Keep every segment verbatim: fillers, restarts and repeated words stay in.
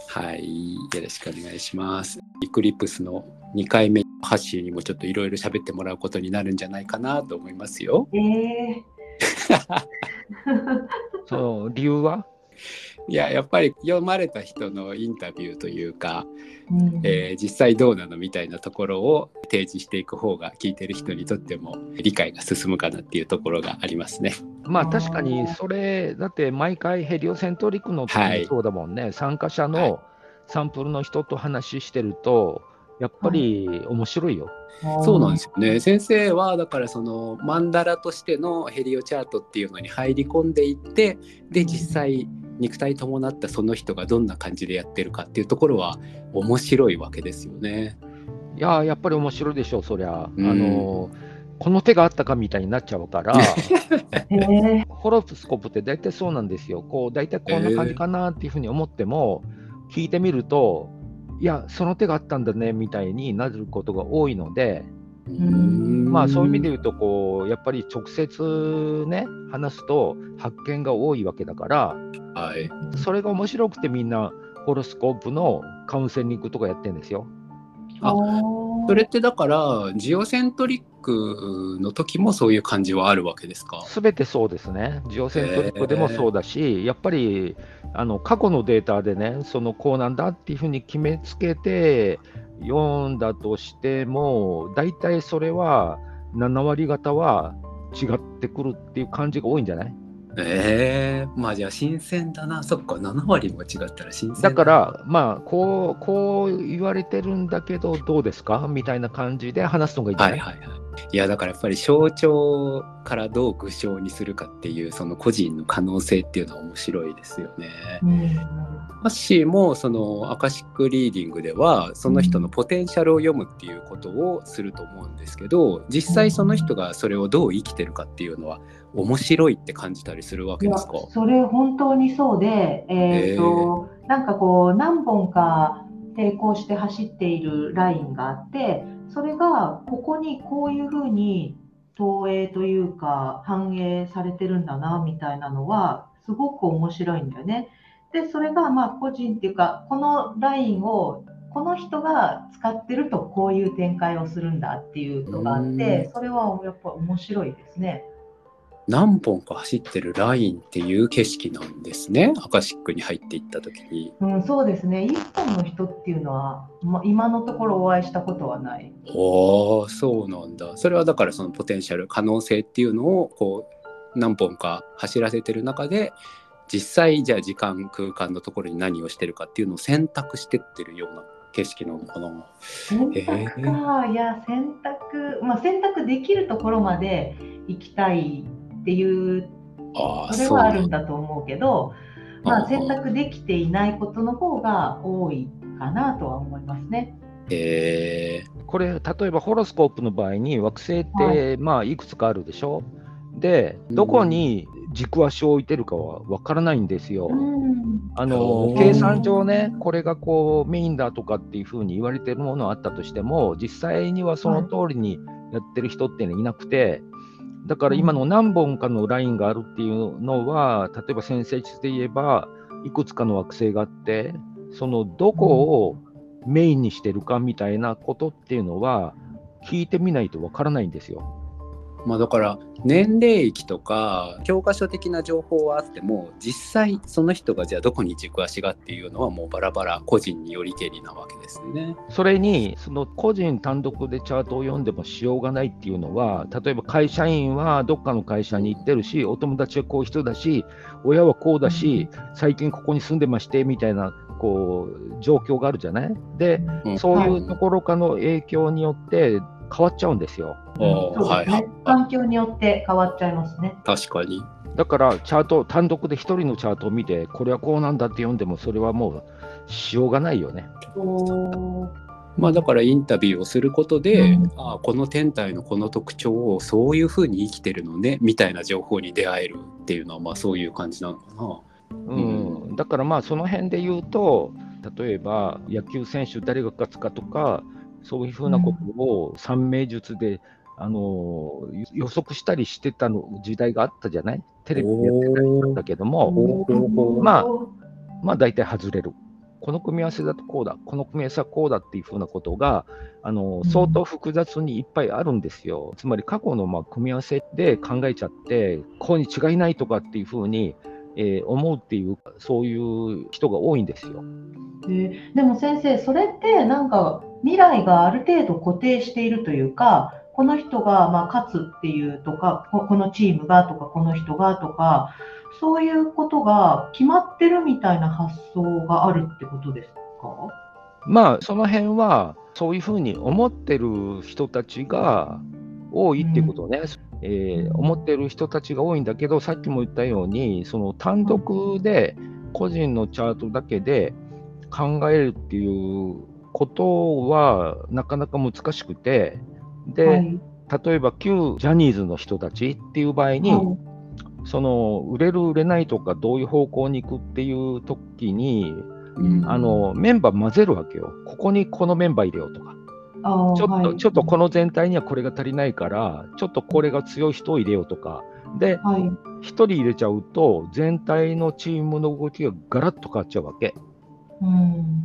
はい、よろしくお願いします。イクリプスのにかいめハッシーにもちょっといろいろ喋ってもらうことになるんじゃないかなと思いますよ。 えー、 その理由は？ いや、やっぱり読まれた人のインタビューというか、 うんえー実際どうなのみたいなところを提示していく方が聞いてる人にとっても理解が進むかなっていうところがありますね。 まあ確かにそれだって毎回ヘリオセントリックの時もそうだもんね、参加者はいのサンプルの人と話してるとやっぱり面白いよ。 そうなんですよね。先生はだからそのマンダラとしてのヘリオチャートっていうのに入り込んでいって、で実際肉体伴ったその人がどんな感じでやってるかっていうところは面白いわけですよね。 いやーやっぱり面白いでしょう、そりゃ。 うんあのこの手があったかみたいになっちゃうからえー、 ホロスコープって大体そうなんですよ。こう大体こんな感じかなっていうふうに思っても、聞いてみるといやその手があったんだねみたいになることが多いので、 んまあそういう意味で言うとこうやっぱり直接ね話すと発見が多いわけだから、 はい、 それが面白くてみんなホロスコープのカウンセリングとかやってるんですよ。 あそれってだからジオセントリックの時もそういう感じはあるわけですか？ すべてそうですね。ジオセントリックでもそうだし、やっぱりあの過去のデータでね、そのこうなんだっていうふうに決めつけて読んだとしても、大体それはなな割方は違ってくるっていう感じが多いんじゃない？ えー、まあじゃあ新鮮だな。そっか、なな割も違ったら新鮮だからまあこうこう言われてるんだけどどうですかみたいな感じで話すのがいいんじゃない？ はいはいはい。いやだからやっぱり象徴からどう具象にするかっていうその個人の可能性っていうのは面白いですよね。ハッシーもそのアカシックリーディングではその人のポテンシャルを読むっていうことをすると思うんですけど、実際その人がそれをどう生きてるかっていうのは面白いって感じたりするわけですか？ いやそれ本当にそうで、えーとえー、なんかこう何本か並行して走っているラインがあって、それがここにこういうふうに投影というか反映されてるんだなみたいなのはすごく面白いんだよね。でそれがまあ個人っていうかこのラインをこの人が使ってるとこういう展開をするんだっていうのがあって、それはやっぱ面白いですね。 何本か走ってるラインっていう景色なんですね、アカシックに入っていった時に。 うん、そうですね。一本の人っていうのは、ま、今のところお会いしたことはない。 おー、そうなんだ。それはだからそのポテンシャル、可能性っていうのをこう何本か走らせてる中で、実際じゃあ時間空間のところに何をしてるかっていうのを選択してってるような景色なのかな。 選択か、いや選択、まあ、選択できるところまで行きたいっていう、 あそれはあるんだと思うけど、まあ、選択できていないことの方が多いかなとは思いますね。 えー、 これ例えばホロスコープの場合に惑星って、はい、まあいくつかあるでしょ。でどこに軸足を置いてるかは分からないんですよ。あの計算上ねこれがこうメインだとかっていうふうに言われてるものはあったとしても、実際にはその通りにやってる人っていうのはいなくて、だから今の何本かのラインがあるっていうのは、例えば先生術で言えばいくつかの惑星があって、そのどこをメインにしてるかみたいなことっていうのは聞いてみないとわからないんですよ。 まあだから年齢域とか教科書的な情報はあっても、実際その人がじゃあどこに軸足がっていうのはもうバラバラ個人によりけりなわけですね。 それにその個人単独でチャートを読んでもしようがないっていうのは、例えば会社員はどっかの会社に行ってるし、お友達はこういう人だし、親はこうだし、最近ここに住んでましてみたいなこう状況があるじゃない。で、うん、そういうところかの影響によって変わっちゃうんですよ。 うん、そうですね。環境によって変わっちゃいますね。 確かに。 だからチャート単独で一人のチャートを見てこれはこうなんだって読んでもそれはもうしようがないよね。 まあだからインタビューをすることで、うん、ああこの天体のこの特徴をそういうふうに生きてるのねみたいな情報に出会えるっていうのはまあそういう感じなのかな。 うんうん、だからまあその辺で言うと、例えば野球選手誰が勝つかとかそういうふうなことを算命術であの予測したりしてたの時代があったじゃない。テレビでやってたりしたけども、まあまあ大体外れる。 この組み合わせだとこうだ、この組み合わせはこうだっていうふうなことがあの相当複雑にいっぱいあるんですよ。つまり過去のまあ組み合わせで考えちゃって、ここに違いないとかっていうふうに、えー、思うっていう、そういう人が多いんですよ。 えー、でも先生、それってなんか未来がある程度固定しているというか、この人がまあ勝つっていうとか、このチームがとか、この人がとか、そういうことが決まってるみたいな発想があるってことですか？ まあその辺はそういうふうに思ってる人たちが多いっていうことね、うん、えー、思ってる人たちが多いんだけど、さっきも言ったように、その単独で個人のチャートだけで考えるっていうことはなかなか難しくて、で、はい、例えば旧ジャニーズの人たちっていう場合に、はい、その売れる売れないとかどういう方向に行くっていう時に、うん、あのメンバー混ぜるわけよ。ここにこのメンバー入れようとか、ちょっと、はい、ちょっとこの全体にはこれが足りないからちょっとこれが強い人を入れようとかで、はい、ひとり入れちゃうと全体のチームの動きがガラッと変わっちゃうわけ。 うん、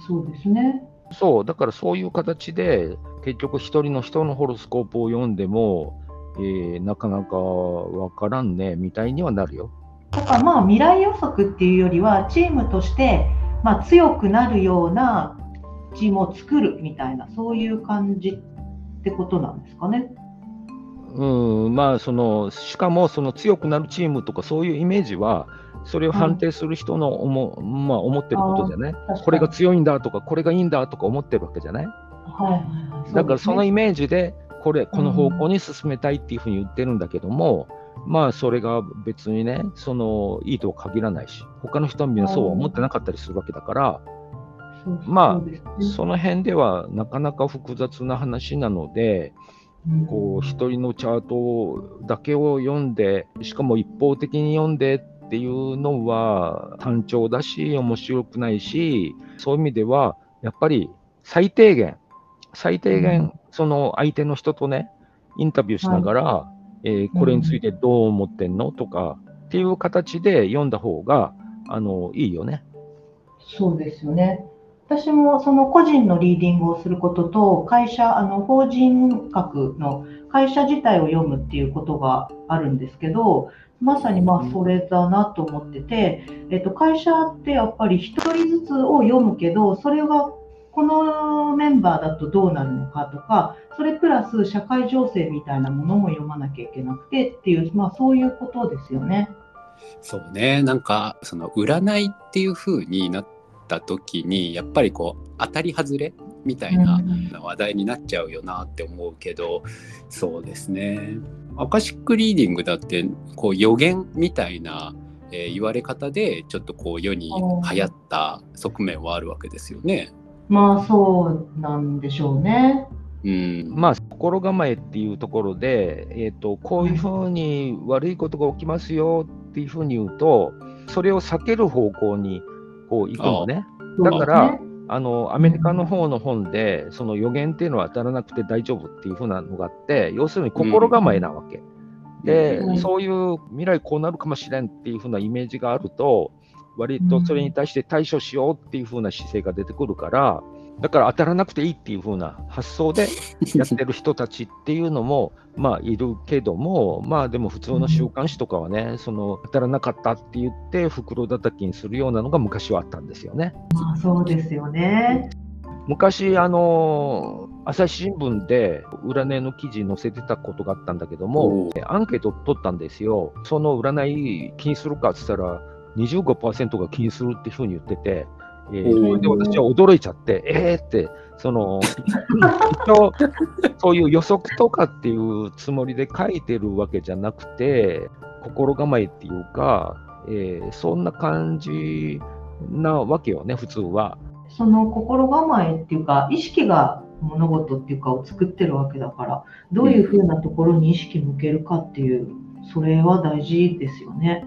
そうですね。 そうだからそういう形で結局一人の人のホロスコープを読んでも、えー、なかなかわからんねみたいにはなるよ。 だからまあ未来予測っていうよりはチームとして、まあ、強くなるようなチームを作るみたいな、そういう感じってことなんですかね。 うん、まあそのしかもその強くなるチームとかそういうイメージはそれを判定する人の思、うん、まあ、思ってることじゃね、これが強いんだとかこれがいいんだとか思ってるわけじゃない、はいはいはい、だからそのイメージでこれこの方向に進めたいっていうふうに言ってるんだけども、うん、まあそれが別にねそのいいとは限らないし他の人はみんなそうは思ってなかったりするわけだから、うん、まあその辺ではなかなか複雑な話なので、こう一人のチャートだけを読んでしかも一方的に読んでっていうのは単調だし面白くないし、そういう意味ではやっぱり最低限最低限その相手の人とねインタビューしながら、はい、えー、これについてどう思ってんのとかっていう形で読んだ方があのいいよね。 そうですよね。私もその個人のリーディングをすることと会社あの法人格の会社自体を読むっていうことがあるんですけど、まさにまあそれだなと思ってて、えっと、会社ってやっぱり一人ずつを読むけど、それがこのメンバーだとどうなるのかとか、それプラス社会情勢みたいなものも読まなきゃいけなくてっていう、まあ、そういうことですよね。 そうね、なんかその占いっていう風になった時にやっぱりこう当たり外れみたいな話題になっちゃうよなって思うけど、うん、そうですね、アカシックリーディングだってこう予言みたいな、えー、言われ方でちょっとこう世に流行った側面はあるわけですよね。 まあそうなんでしょうね。 うん、まあ心構えっていうところで、えーと、こういうふうに悪いことが起きますよっていうふうに言うと、それを避ける方向にこう行くのね。だから、ね、あのアメリカの方の本で、その予言っていうのは当たらなくて大丈夫っていうふうなのがあって、要するに心構えなわけ。うん、で、うん、そういう未来こうなるかもしれんっていうふうなイメージがあると、割とそれに対して対処しようっていうふうな姿勢が出てくるから、だから当たらなくていいっていう風な発想でやってる人たちっていうのもまあいるけども、まあでも普通の週刊誌とかはね、その当たらなかったって言って袋叩きにするようなのが昔はあったんですよね。 まあそうですよね。 昔あの朝日新聞で占いの記事載せてたことがあったんだけども、アンケート取ったんですよ。その占い気にするかって言ったら にじゅうごパーセント が気にするっていう風に言ってて、えー、それで私は驚いちゃって、えーって、その一応そういう予測とかっていうつもりで書いてるわけじゃなくて、心構えっていうか、えー、そんな感じなわけよね、普通は。 その心構えっていうか、意識が物事っていうかを作ってるわけだから、どういうふうなところに意識向けるかっていう、それは大事ですよね。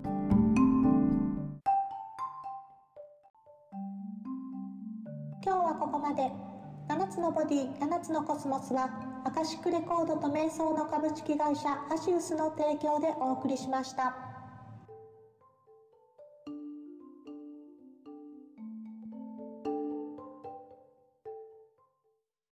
今日はここまで。ななつのボディ、ななつのコスモスはアカシックレコードと瞑想の株式会社アシウスの提供でお送りしました。